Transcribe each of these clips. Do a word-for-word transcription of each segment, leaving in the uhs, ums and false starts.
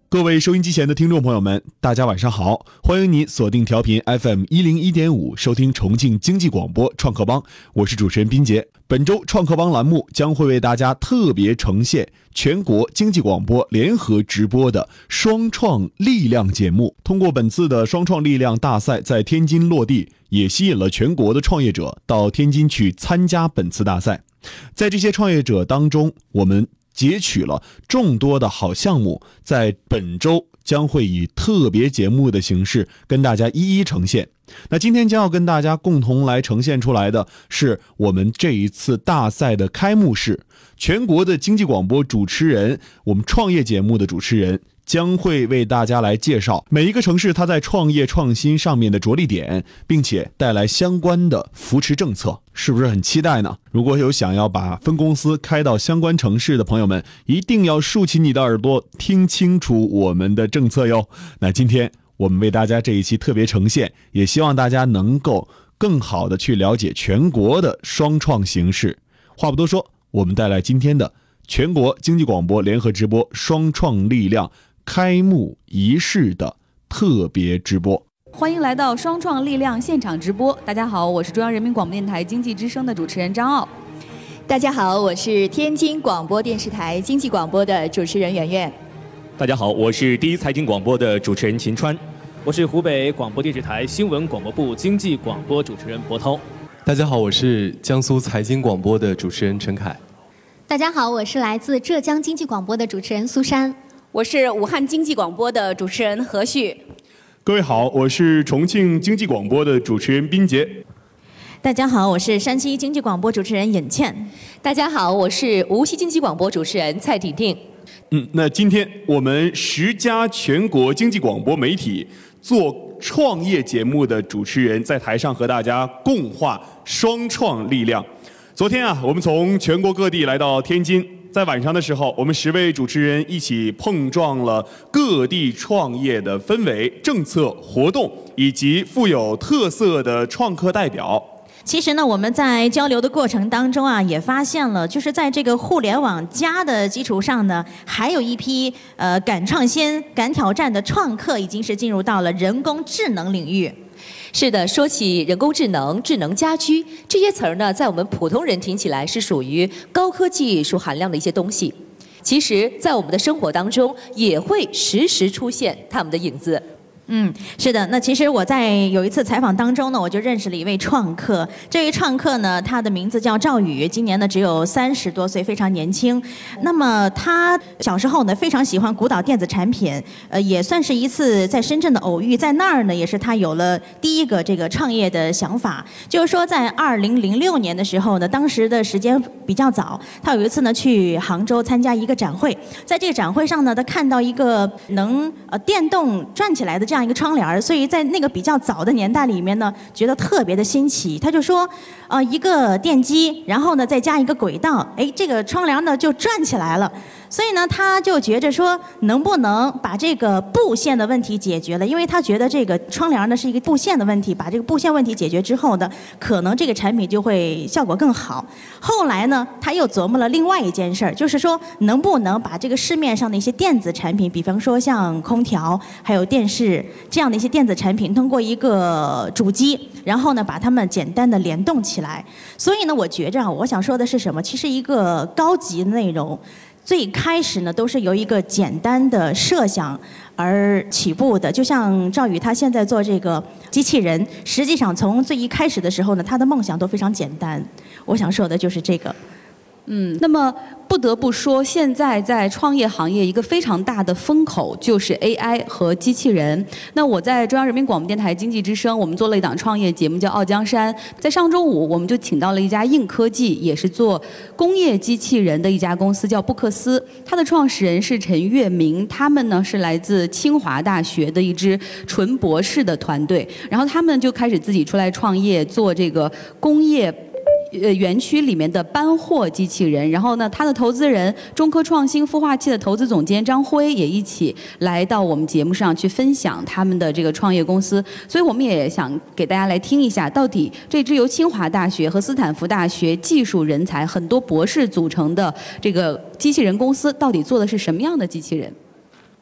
各位收音机前的听众朋友们，大家晚上好，欢迎你锁定调频 F M 一零一点五，收听重庆经济广播创客帮，我是主持人斌杰。本周创客帮栏目将会为大家特别呈现全国经济广播联合直播的双创力量节目。通过本次的双创力量大赛在天津落地，也吸引了全国的创业者到天津去参加本次大赛。在这些创业者当中，我们截取了众多的好项目，在本周将会以特别节目的形式跟大家一一呈现。那今天将要跟大家共同来呈现出来的是我们这一次大赛的开幕式，全国的经济广播主持人，我们创业节目的主持人将会为大家来介绍每一个城市它在创业创新上面的着力点，并且带来相关的扶持政策，是不是很期待呢？如果有想要把分公司开到相关城市的朋友们，一定要竖起你的耳朵，听清楚我们的政策哟。那今天我们为大家这一期特别呈现，也希望大家能够更好的去了解全国的双创形势。话不多说，我们带来今天的全国经济广播联合直播双创力量开幕仪式的特别直播。 欢迎来到双创力量现场直播。大家好，我是中央人民广播电台经济之声的主持人张傲。 大家好，我是天津广播电视台经济广播的主持人圆圆。 大家好，我是第一财经广播的主持人秦川。 我是湖北广播电视台新闻广播部经济广播主持人博涛。 大家好，我是江苏财经广播的主持人陈凯。 大家好，我是来自浙江经济广播的主持人苏珊。 我是武汉经济广播的主持人何旭。 各位好，我是重庆经济广播的主持人斌杰。 大家好，我是山西经济广播主持人尹倩。 大家好，我是无锡经济广播主持人蔡婷婷。 嗯，那今天我们十家全国经济广播媒体做创业节目的主持人在台上和大家共话双创力量。昨天啊，我们从全国各地来到天津，在晚上的时候，我们十位主持人一起碰撞了各地创业的氛围、政策、活动以及富有特色的创客代表。 其实呢，我们在交流的过程当中啊，也发现了，就是在这个互联网加的基础上呢，还有一批呃敢创新、敢挑战的创客，已经是进入到了人工智能领域。 是的，说起人工智能、智能家居这些词儿呢，在我们普通人听起来是属于高科技术含量的一些东西，其实在我们的生活当中也会时时出现它们的影子。 嗯，是的。那其实我在有一次采访当中呢，我就认识了一位创客。这位创客呢，他的名字叫赵宇，今年呢只有三十多岁，非常年轻。那么他小时候呢，非常喜欢古岛电子产品，呃，也算是一次在深圳的偶遇，在那儿呢，也是他有了第一个这个创业的想法。就是说，在二零零六年的时候呢，当时的时间比较早，他有一次呢去杭州参加一个展会，在这个展会上呢，他看到一个能呃电动转起来的这样一个窗帘，所以在那个比较早的年代里面呢，觉得特别的新奇。他就说，呃，一个电机，然后呢再加一个轨道，哎，这个窗帘呢就转起来了。所以呢，他就觉着说，能不能把这个布线的问题解决了？因为他觉得这个窗帘呢是一个布线的问题，把这个布线问题解决之后呢，可能这个产品就会效果更好。后来呢，他又琢磨了另外一件事儿，就是说，能不能把这个市面上的一些电子产品，比方说像空调、还有电视这样的一些电子产品，通过一个主机，然后呢，把它们简单的联动起来。所以呢，我觉着啊，我想说的是什么？其实一个高级的内容，最开始呢，都是由一个简单的设想而起步的。就像赵宇他现在做这个机器人，实际上从最一开始的时候呢，他的梦想都非常简单。我想说的就是这个。 嗯，那么不得不说，现在在创业行业一个非常大的风口就是 A I 和机器人。那我在中央人民广播电台经济之声，我们做了一档创业节目叫《傲江山》。在上周五，我们就请到了一家硬科技，也是做工业机器人的一家公司，叫布克斯。它的创始人是陈月明，他们呢是来自清华大学的一支纯博士的团队，然后他们就开始自己出来创业，做这个工业呃园区里面的搬货机器人。然后呢，他的投资人中科创新孵化器的投资总监张辉也一起来到我们节目上去分享他们的这个创业公司。所以我们也想给大家来听一下，到底这支由清华大学和斯坦福大学技术人才很多博士组成的这个机器人公司，到底做的是什么样的机器人？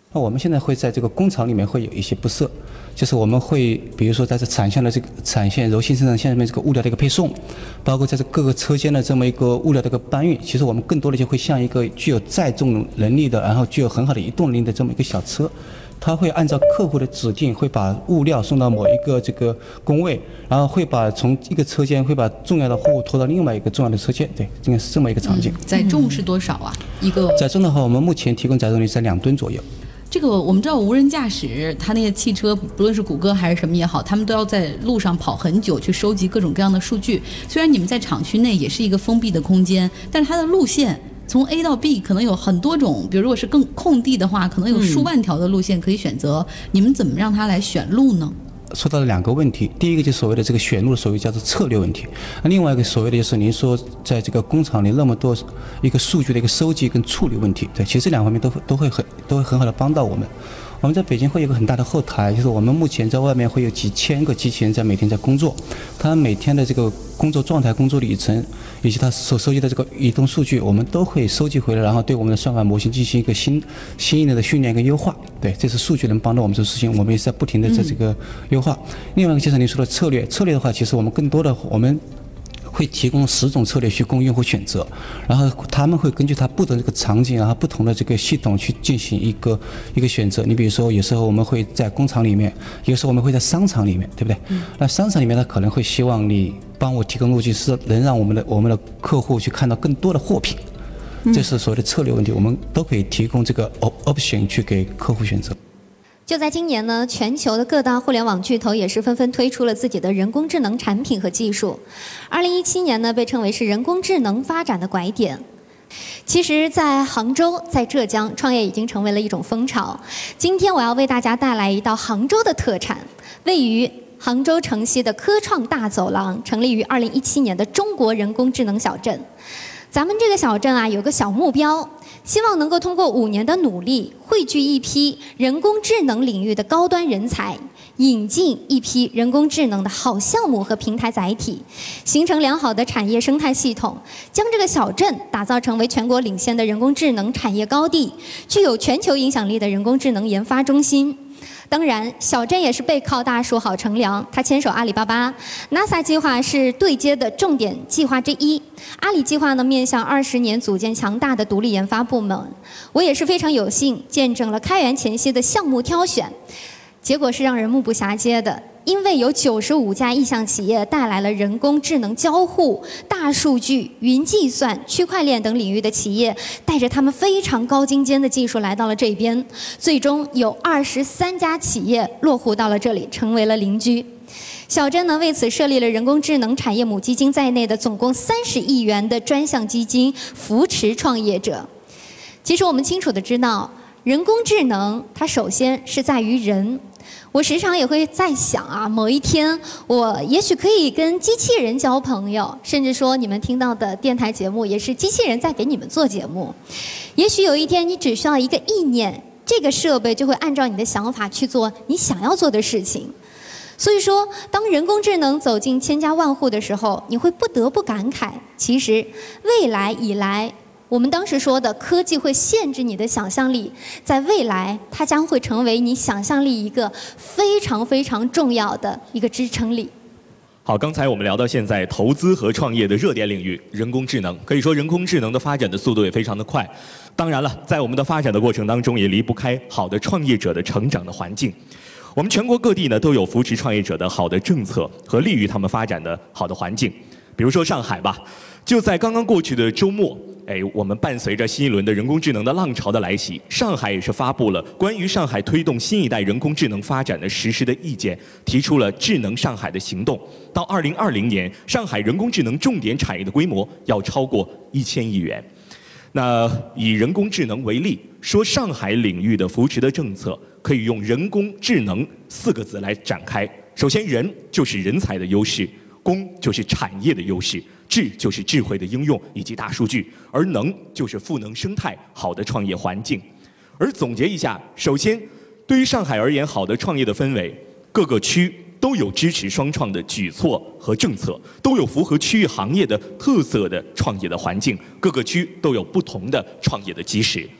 那我们现在会在这个工厂里面会有一些布设，就是我们会比如说在这产线的这个产线柔性生产线上面这个物料的一个配送，包括在这各个车间的这么一个物料的一个搬运，其实我们更多的就会像一个具有载重能力的，然后具有很好的移动能力的这么一个小车。他会按照客户的指定，会把物料送到某一个这个工位，然后会把从一个车间会把重要的货物拖到另外一个重要的车间，对，应该是这么一个场景。 嗯、载重是多少啊？一个载重的话，我们目前提供载重率在两吨左右。 这个我们知道无人驾驶，它那些汽车不论是谷歌还是什么也好，他们都要在路上跑很久去收集各种各样的数据。虽然你们在厂区内也是一个封闭的空间，但是它的路线从 A 到 B 可能有很多种，比如如果是更空地的话，可能有数万条的路线可以选择。嗯、你们怎么让它来选路呢？ 说到了两个问题，第一个就是所谓的这个选路，所谓叫做策略问题；那另外一个所谓的就是您说在这个工厂里那么多一个数据的一个收集跟处理问题。对，其实这两方面都都会很都会很好的帮到我们。我们在北京会有个很大的后台，就是我们目前在外面会有几千个机器人在每天在工作，他每天的这个工作状态、工作里程以及他所收集的这个移动数据，我们都会收集回来，然后对我们的算法模型进行一个新新一轮的训练跟优化。对，这是数据能帮到我们这个事情，我们也是在不停的在这个优化。嗯、另外一个就是您说的策略，策略的话，其实我们更多的我们会提供十种策略去供用户选择，然后他们会根据他不同的这个场景，然后不同的这个系统去进行一个一个选择。你比如说，有时候我们会在工厂里面，有时候我们会在商场里面，对不对？嗯、那商场里面呢，可能会希望你帮我提供路径，是能让我们的我们的客户去看到更多的货品。这是所谓的策略问题，我们都可以提供这个 option 去给客户选择。 就在今年呢，全球的各大互联网巨头也是纷纷推出了自己的人工智能产品和技术。二零一七年呢，被称为是人工智能发展的拐点。其实，在杭州、在浙江，创业已经成为了一种风潮。今天我要为大家带来一道杭州的特产，位于杭州城西的科创大走廊，成立于二零一七年的中国人工智能小镇。咱们这个小镇啊，有个小目标，希望能够通过五年的努力，汇聚一批人工智能领域的高端人才，引进一批人工智能的好项目和平台载体，形成良好的产业生态系统，将这个小镇打造成为全国领先的人工智能产业高地，具有全球影响力的人工智能研发中心。当然，小镇也是背靠大树好乘凉，它牵手阿里巴巴 ，NASA 计划是对接的重点计划之一。阿里计划呢，面向二十年组建强大的独立研发部门。我也是非常有幸见证了开源前夕的项目挑选，结果是让人目不暇接的。因为有九十五家意向企业带来了人工智能交互、大数据、云计算、区块链等领域的企业，带着他们非常高精尖的技术来到了这边，最终有二十三家企业落户到了这里，成为了邻居。小镇呢为此设立了人工智能产业母基金在内的总共三十亿元的专项基金，扶持创业者。其实我们清楚的知道，人工智能它首先是在于人。我时常也会在想啊，某一天我也许可以跟机器人交朋友，甚至说你们听到的电台节目也是机器人在给你们做节目。也许有一天你只需要一个意念，这个设备就会按照你的想法去做你想要做的事情。所以说，当人工智能走进千家万户的时候，你会不得不感慨，其实未来以来我们当时说的科技会限制你的想象力，在未来它将会成为你想象力一个非常非常重要的一个支撑力。 好，刚才我们聊到现在投资和创业的热点领域，人工智能，可以说人工智能的发展的速度也非常的快。当然了，在我们的发展的过程当中，也离不开好的创业者的成长的环境。我们全国各地呢都有扶持创业者的好的政策和利于他们发展的好的环境。比如说上海吧，就在刚刚过去的周末，哎，我们伴随着新一轮的人工智能的浪潮的来袭，上海也是发布了关于上海推动新一代人工智能发展的实施的意见，提出了智能上海的行动。到二零二零年，上海人工智能重点产业的规模要超过一千亿元。那以人工智能为例，说上海领域的扶持的政策可以用人工智能四个字来展开。首先，人就是人才的优势，工就是产业的优势，智就是智慧的应用以及大数据，而能就是赋能生态好的创业环境。而总结一下，首先对于上海而言，好的创业的氛围，各个区都有支持双创的举措和政策，都有符合区域行业的特色的创业的环境，各个区都有不同的创业的基石。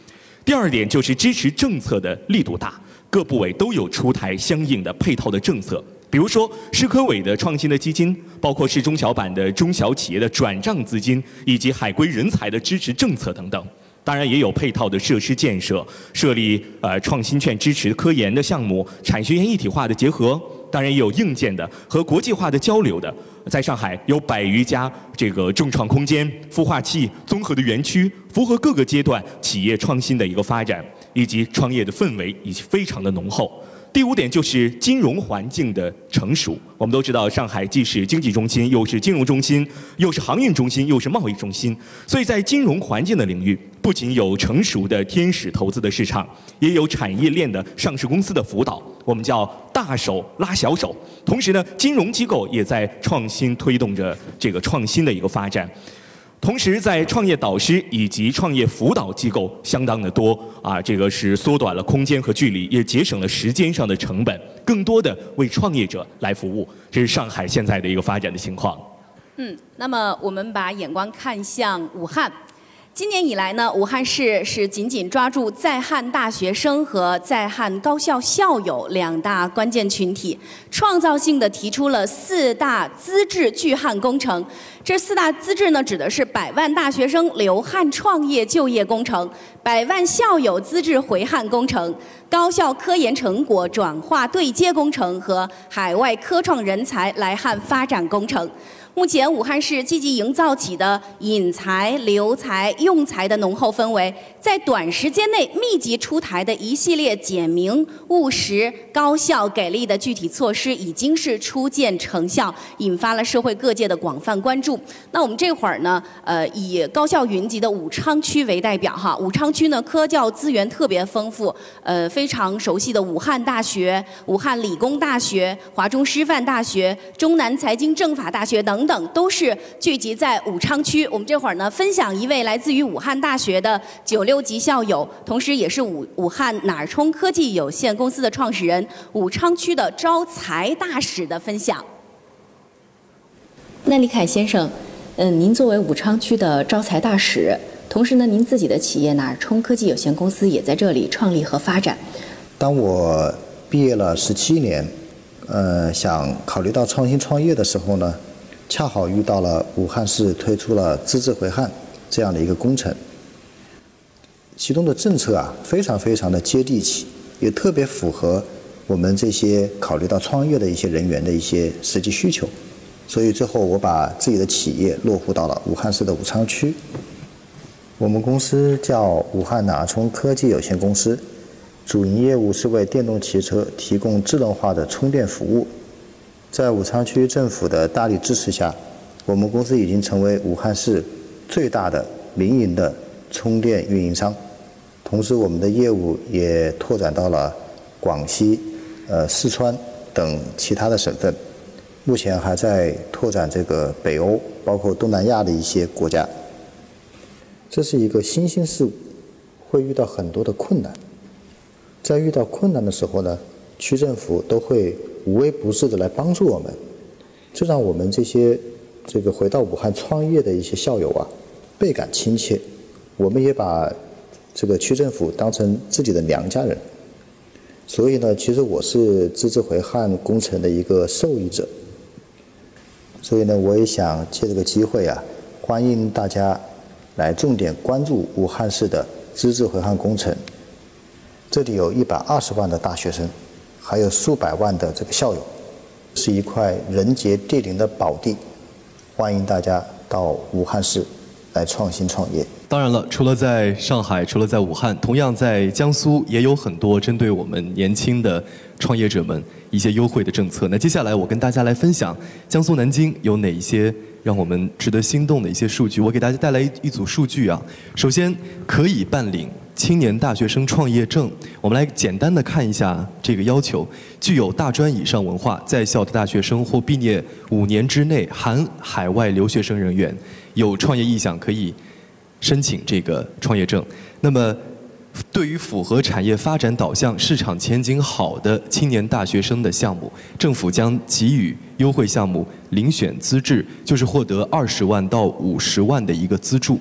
第二点就是支持政策的力度大，各部委都有出台相应的配套的政策。比如说，市科委的创新的基金，包括市中小板的中小企业的转账资金，以及海归人才的支持政策等等。当然，也有配套的设施建设，设立呃创新券支持科研的项目，产学研一体化的结合。当然，也有硬件的和国际化的交流的。在上海有百余家这个众创空间、孵化器综合的园区，符合各个阶段企业创新的一个发展，以及创业的氛围以及非常的浓厚。第五点就是金融环境的成熟。我们都知道，上海既是经济中心，又是金融中心，又是航运中心，又是贸易中心。所以在金融环境的领域，不仅有成熟的天使投资的市场，也有产业链的上市公司的辅导，我们叫大手拉小手。同时呢，金融机构也在创新推动着这个创新的一个发展。同时，在创业导师以及创业辅导机构相当的多啊，这个是缩短了空间和距离，也节省了时间上的成本，更多的为创业者来服务。这是上海现在的一个发展的情况。 嗯，那么我们把眼光看向武汉。今年以来呢，武汉市是紧紧抓住在汉大学生和在汉高校校友两大关键群体，创造性的提出了四大资质聚汉工程。这四大资质呢，指的是百万大学生留汉创业就业工程、百万校友资质回汉工程、高校科研成果转化对接工程和海外科创人才来汉发展工程。目前，武汉市积极营造起的引才、留才、用才的浓厚氛围，在短时间内密集出台的一系列简明、务实、高效、给力的具体措施，已经是初见成效，引发了社会各界的广泛关注。那我们这会儿呢，呃，以高校云集的武昌区为代表哈，武昌区呢科教资源特别丰富，呃，非常熟悉的武汉大学、武汉理工大学、华中师范大学、中南财经政法大学等。等都是聚集在武昌区。我们这会儿呢，分享一位来自于武汉大学的九六级校友，同时也是武武汉哪儿冲科技有限公司的创始人，武昌区的招才大使的分享。那李凯先生，嗯，您作为武昌区的招才大使，同时呢，您自己的企业哪儿冲科技有限公司也在这里创立和发展。 当我毕业了十七年，呃，想考虑到创新创业的时候呢，恰好遇到了武汉市推出了资质回汉这样的一个工程，其中的政策啊非常非常的接地气，也特别符合我们这些考虑到创业的一些人员的一些实际需求，所以最后我把自己的企业落户到了武汉市的武昌区。我们公司叫武汉哪儿冲科技有限公司，主营业务是为电动汽车提供智能化的充电服务。在武昌区政府的大力支持下，我们公司已经成为武汉市最大的民营的充电运营商。同时，我们的业务也拓展到了广西、呃四川等其他的省份。目前还在拓展这个北欧，包括东南亚的一些国家。这是一个新兴事物，会遇到很多的困难。在遇到困难的时候呢，区政府都会无微不至的来帮助我们，这让我们这些这个回到武汉创业的一些校友啊，倍感亲切。我们也把这个区政府当成自己的娘家人。所以呢，其实我是资质回汉工程的一个受益者。所以呢，我也想借这个机会啊，欢迎大家来重点关注武汉市的资质回汉工程。这里有一百二十万的大学生，还有数百万的这个校友，是一块人杰地灵的宝地，欢迎大家到武汉市来创新创业。 当然了，除了在上海，除了在武汉，同样在江苏也有很多针对我们年轻的创业者们一些优惠的政策。那接下来我跟大家来分享江苏南京有哪一些让我们值得心动的一些数据。我给大家带来一一组数据啊。首先，可以办领青年大学生创业证，我们来简单的看一下这个要求。具有大专以上文化在校的大学生或毕业五年之内含海外留学生人员，有创业意向可以申请这个创业证。那么，对于符合产业发展导向、市场前景好的青年大学生的项目，政府将给予优惠项目遴选资质，就是获得二十万到五十万的一个资助。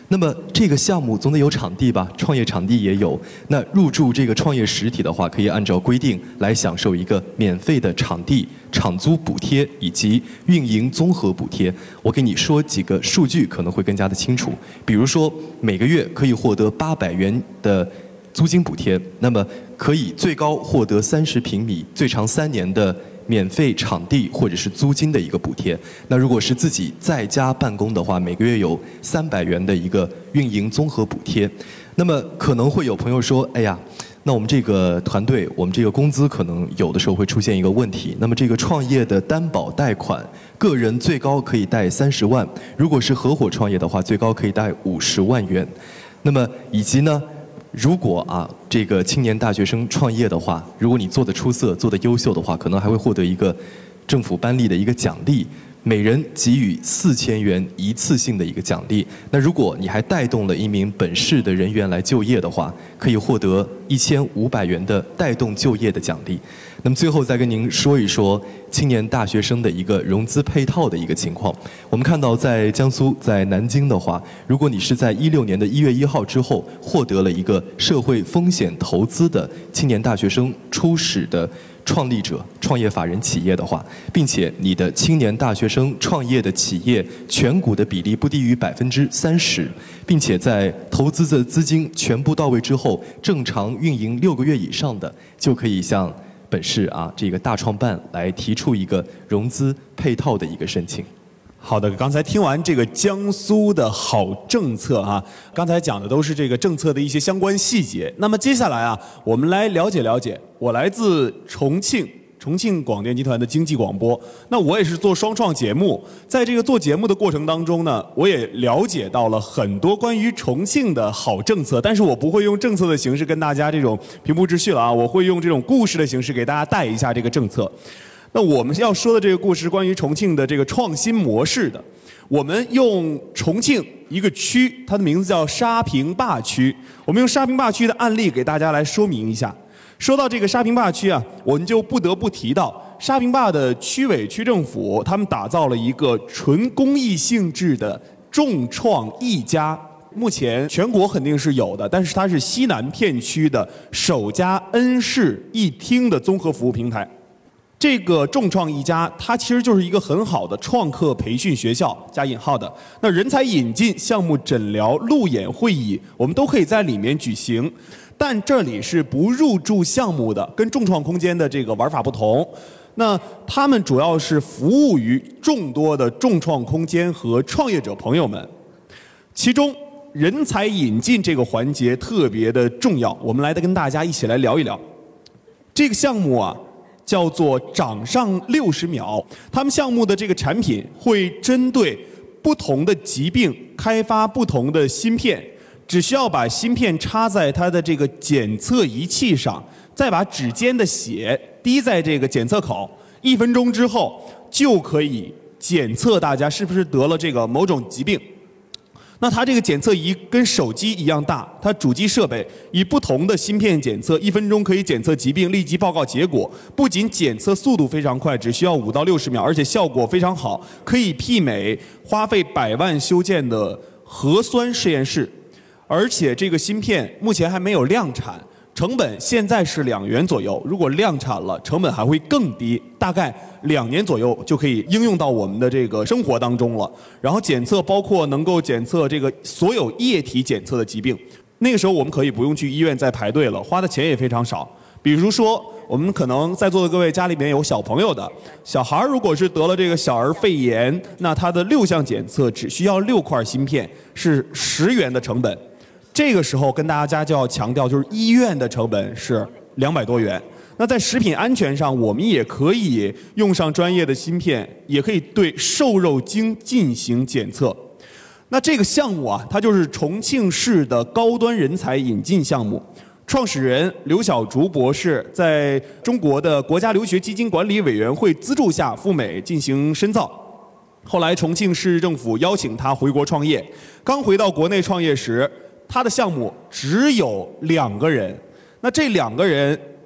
那么这个项目总得有场地吧？创业场地也有。那入驻这个创业实体的话，可以按照规定来享受一个免费的场地、场租补贴以及运营综合补贴。我给你说几个数据，可能会更加的清楚。比如说，每个月可以获得八百元的租金补贴，那么可以最高获得三十平米、最长三年的免费场地或者是租金的一个补贴。那如果是自己在家办公的话，每个月有三百元的一个运营综合补贴。那么可能会有朋友说，哎呀，那我们这个团队，我们这个工资可能有的时候会出现一个问题。那么这个创业的担保贷款，个人最高可以贷三十万，如果是合伙创业的话，最高可以贷五十万元。那么以及呢，如果啊，这个青年大学生创业的话，如果你做得出色、做得优秀的话，可能还会获得一个政府颁立的一个奖励，每人给予四千元一次性的一个奖励。那如果你还带动了一名本市的人员来就业的话，可以获得一千五百元的带动就业的奖励。那么最后再跟您说一说青年大学生的一个融资配套的一个情况。我们看到在江苏，在南京的话，如果你是在一六年的一月一号之后获得了一个社会风险投资的青年大学生初始的创立者、创业法人企业的话，并且你的青年大学生创业的企业全股的比例不低于百分之三十，并且在投资的资金全部到位之后，正常运营六个月以上的，就可以向本市啊这个大创办来提出一个融资配套的一个申请。 好的，刚才听完这个江苏的好政策啊，刚才讲的都是这个政策的一些相关细节。那么接下来啊，我们来了解了解。我来自重庆，重庆广电集团的经济广播。那我也是做双创节目，在这个做节目的过程当中呢，我也了解到了很多关于重庆的好政策。但是我不会用政策的形式跟大家这种平铺直叙了啊，我会用这种故事的形式给大家带一下这个政策。那我们要说的这个故事是关于重庆的这个创新模式的。我们用重庆一个区，它的名字叫沙坪坝区。我们用沙坪坝区的案例给大家来说明一下。说到这个沙坪坝区啊，我们就不得不提到沙坪坝的区委区政府，他们打造了一个纯公益性质的众创一家。目前全国肯定是有的，但是它是西南片区的首家 N 市一厅的综合服务平台。这个众创一家，它其实就是一个很好的创客培训学校加引号的。那人才引进、项目诊疗、路演会议，我们都可以在里面举行。但这里是不入驻项目的，跟众创空间的这个玩法不同。那他们主要是服务于众多的众创空间和创业者朋友们。其中，人才引进这个环节特别的重要。我们来跟大家一起来聊一聊这个项目啊。叫做掌上六十秒，他们项目的这个产品会针对不同的疾病开发不同的芯片，只需要把芯片插在它的这个检测仪器上，再把指尖的血滴在这个检测口，一分钟之后就可以检测大家是不是得了这个某种疾病。那它这个检测仪跟手机一样大，它主机设备以不同的芯片检测，一分钟可以检测疾病，立即报告结果。不仅检测速度非常快，只需要五到六十秒，而且效果非常好，可以媲美花费百万修建的核酸实验室。而且这个芯片目前还没有量产，成本现在是两元左右，如果量产了，成本还会更低，大概两年左右就可以应用到我们的这个生活当中了。然后检测包括能够检测这个所有液体检测的疾病，那个时候我们可以不用去医院再排队了，花的钱也非常少。比如说，我们可能在座的各位家里面有小朋友的，小孩如果是得了这个小儿肺炎，那他的六项检测只需要六块芯片，是十元的成本。这个时候跟大家就要强调，就是医院的成本是两百多元。那在食品安全上，我们也可以用上专业的芯片，也可以对瘦肉精进行检测。那这个项目啊，它就是重庆市的高端人才引进项目。创始人刘小竹博士在中国的国家留学基金管理委员会资助下赴美进行深造。后来重庆市政府邀请他回国创业。刚回到国内创业时，他的项目只有两个人。那这两个人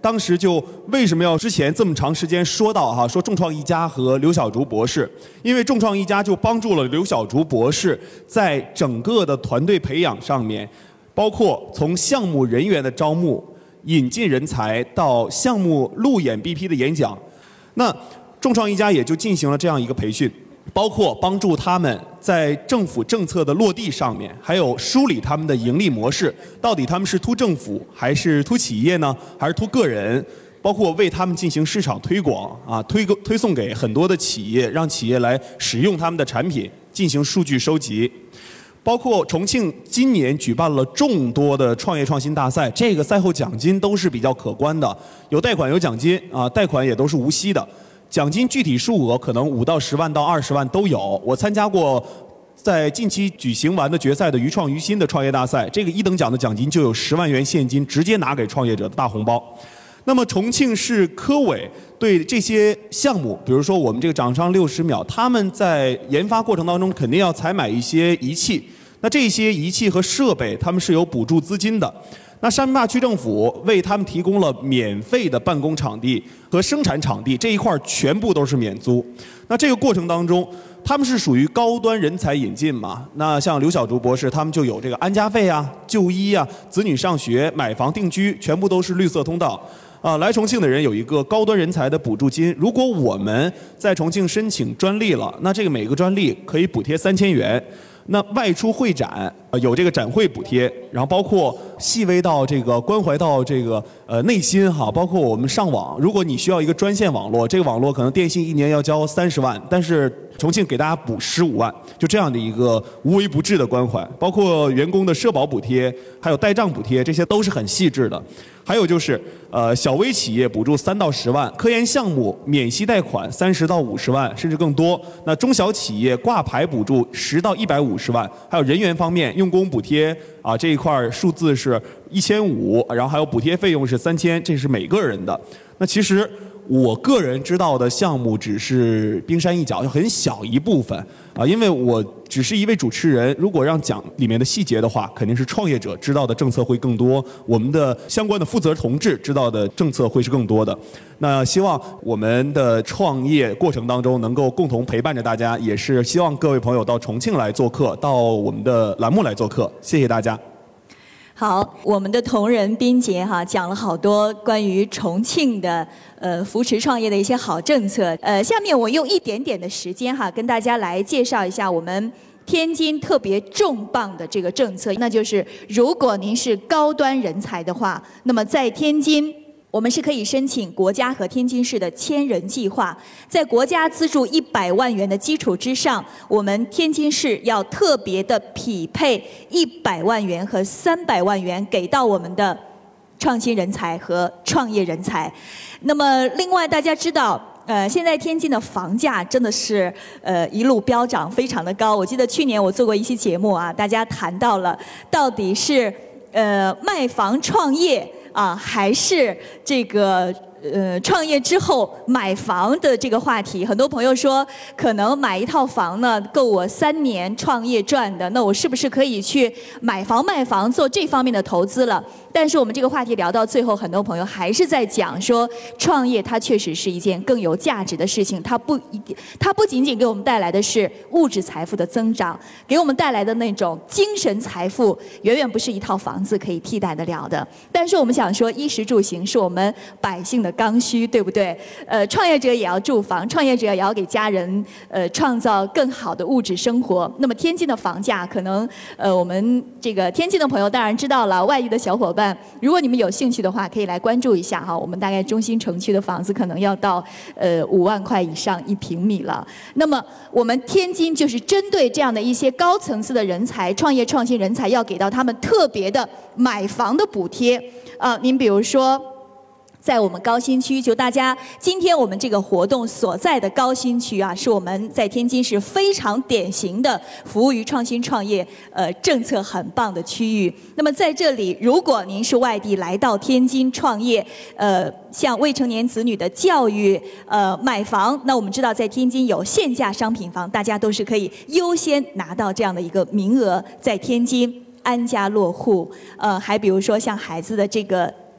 当时就为什么要之前这么长时间说到哈，说众创一家和刘小竹博士，因为众创一家就帮助了刘小竹博士在整个的团队培养上面，包括从项目人员的招募、引进人才到项目路演 B P 的演讲，那众创一家也就进行了这样一个培训。包括帮助他们在政府政策的落地上面，还有梳理他们的盈利模式，到底他们是突政府还是突企业呢，还是突个人？包括为他们进行市场推广啊，推推送给很多的企业，让企业来使用他们的产品，进行数据收集。包括重庆今年举办了众多的创业创新大赛，这个赛后奖金都是比较可观的，有贷款有奖金啊，贷款也都是无息的。奖金具体数额可能五到十万到二十万都有。我参加过在近期举行完的决赛的于创于新的创业大赛，这个一等奖的奖金就有十万元现金，直接拿给创业者的大红包。那么重庆市科委对这些项目，比如说我们这个掌上六十秒，他们在研发过程当中肯定要采买一些仪器，那这些仪器和设备他们是有补助资金的。那沙坪坝区政府为他们提供了免费的办公场地和生产场地，这一块全部都是免租。那这个过程当中，他们是属于高端人才引进嘛？那像刘小竹博士，他们就有这个安家费啊、就医啊、子女上学、买房定居，全部都是绿色通道。啊，来重庆的人有一个高端人才的补助金。如果我们在重庆申请专利了，那这个每个专利可以补贴三千元。那外出会展，呃，有这个展会补贴，然后包括细微到这个关怀到这个呃内心哈，包括我们上网，如果你需要一个专线网络，这个网络可能电信一年要交三十万，但是重庆给大家补十五万，就这样的一个无微不至的关怀，包括员工的社保补贴，还有代账补贴，这些都是很细致的。还有就是，呃，小微企业补助三到十万，科研项目免息贷款三十到五十万，甚至更多。那中小企业挂牌补助十到一百五十万，还有人员方面用工补贴啊这一块数字是一千五，然后还有补贴费用是三千，这是每个人的。那其实我个人知道的项目只是冰山一角，就很小一部分啊，因为我只是一位主持人，如果让讲里面的细节的话，肯定是创业者知道的政策会更多，我们的相关的负责同志知道的政策会是更多的。那希望我们的创业过程当中能够共同陪伴着大家，也是希望各位朋友到重庆来做客，到我们的栏目来做客，谢谢大家。 好，我们的同仁斌杰哈讲了好多关于重庆的呃扶持创业的一些好政策。呃，下面我用一点点的时间哈，跟大家来介绍一下我们天津特别重磅的这个政策，那就是如果您是高端人才的话，那么在天津，我们是可以申请国家和天津市的千人计划，在国家资助一百万元的基础之上，我们天津市要特别的匹配一百万元和三百万元给到我们的创新人才和创业人才。那么，另外大家知道，呃，现在天津的房价真的是呃一路飙涨，非常的高。我记得去年我做过一期节目啊，大家谈到了到底是呃卖房创业。啊，还是这个呃创业之后买房的这个话题，很多朋友说，可能买一套房呢够我三年创业赚的，那我是不是可以去买房卖房做这方面的投资了？但是我们这个话题聊到最后，很多朋友还是在讲说，创业它确实是一件更有价值的事情，它不一定，它不仅仅给我们带来的是物质财富的增长，给我们带来的那种精神财富，远远不是一套房子可以替代得了的。但是我们想说，衣食住行是我们百姓的刚需，对不对？呃，创业者也要住房，创业者也要给家人呃创造更好的物质生活。那么天津的房价，可能呃我们这个天津的朋友当然知道了，外地的小伙伴。如果你们有兴趣的话，可以来关注一下哈。我们大概中心城区的房子可能要到呃五万块以上一平米了。那么我们天津就是针对这样的一些高层次的人才、创业创新人才，要给到他们特别的买房的补贴啊。您比如说，在我们高新区，就大家今天我们这个活动所在的高新区啊，是我们在天津市非常典型的服务于创新创业呃政策很棒的区域。那么在这里，如果您是外地来到天津创业，呃，像未成年子女的教育、呃买房，那我们知道在天津有限价商品房，大家都是可以优先拿到这样的一个名额，在天津安家落户。呃，还比如说像孩子的这个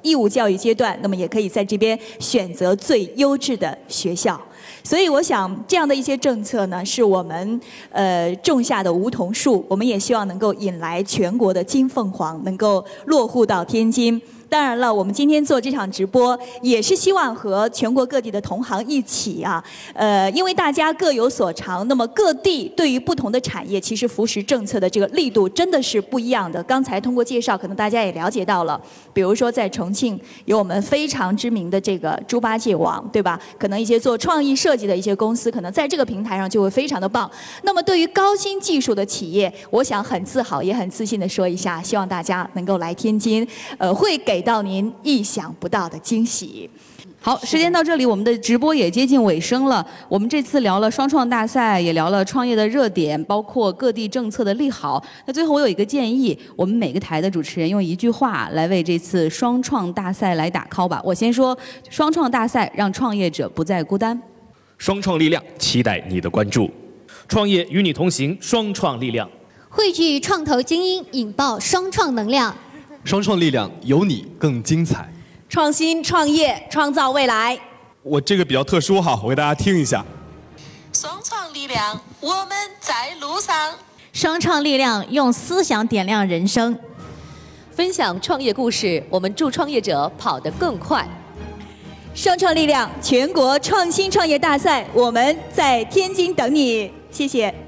义务教育阶段，那么也可以在这边选择最优质的学校。所以我想，这样的一些政策呢，是我们呃种下的梧桐树，我们也希望能够引来全国的金凤凰，能够落户到天津。当然了，我们今天做这场直播，也是希望和全国各地的同行一起啊，呃，因为大家各有所长，那么各地对于不同的产业，其实扶持政策的这个力度真的是不一样的。刚才通过介绍，可能大家也了解到了，比如说在重庆有我们非常知名的这个猪八戒网，对吧？可能一些做创意设计的一些公司，可能在这个平台上就会非常的棒。那么对于高新技术的企业，我想很自豪也很自信的说一下，希望大家能够来天津，呃，会给到您意想不到的惊喜。 好，时间到这里，我们的直播也接近尾声了。我们这次聊了双创大赛，也聊了创业的热点，包括各地政策的利好。那最后我有一个建议，我们每个台的主持人用一句话来为这次双创大赛来打 call 吧。我先说，双创大赛让创业者不再孤单。 双创力量，期待你的关注。 创业与你同行，双创力量。 汇聚创投精英，引爆双创能量。 双创力量，有你更精彩。 创新创业，创造未来。 我这个比较特殊哈，我给大家听一下。 双创力量，我们在路上。 双创力量，用思想点亮人生。 分享创业故事，我们助创业者跑得更快。 双创力量全国创新创业大赛，我们在天津等你，谢谢。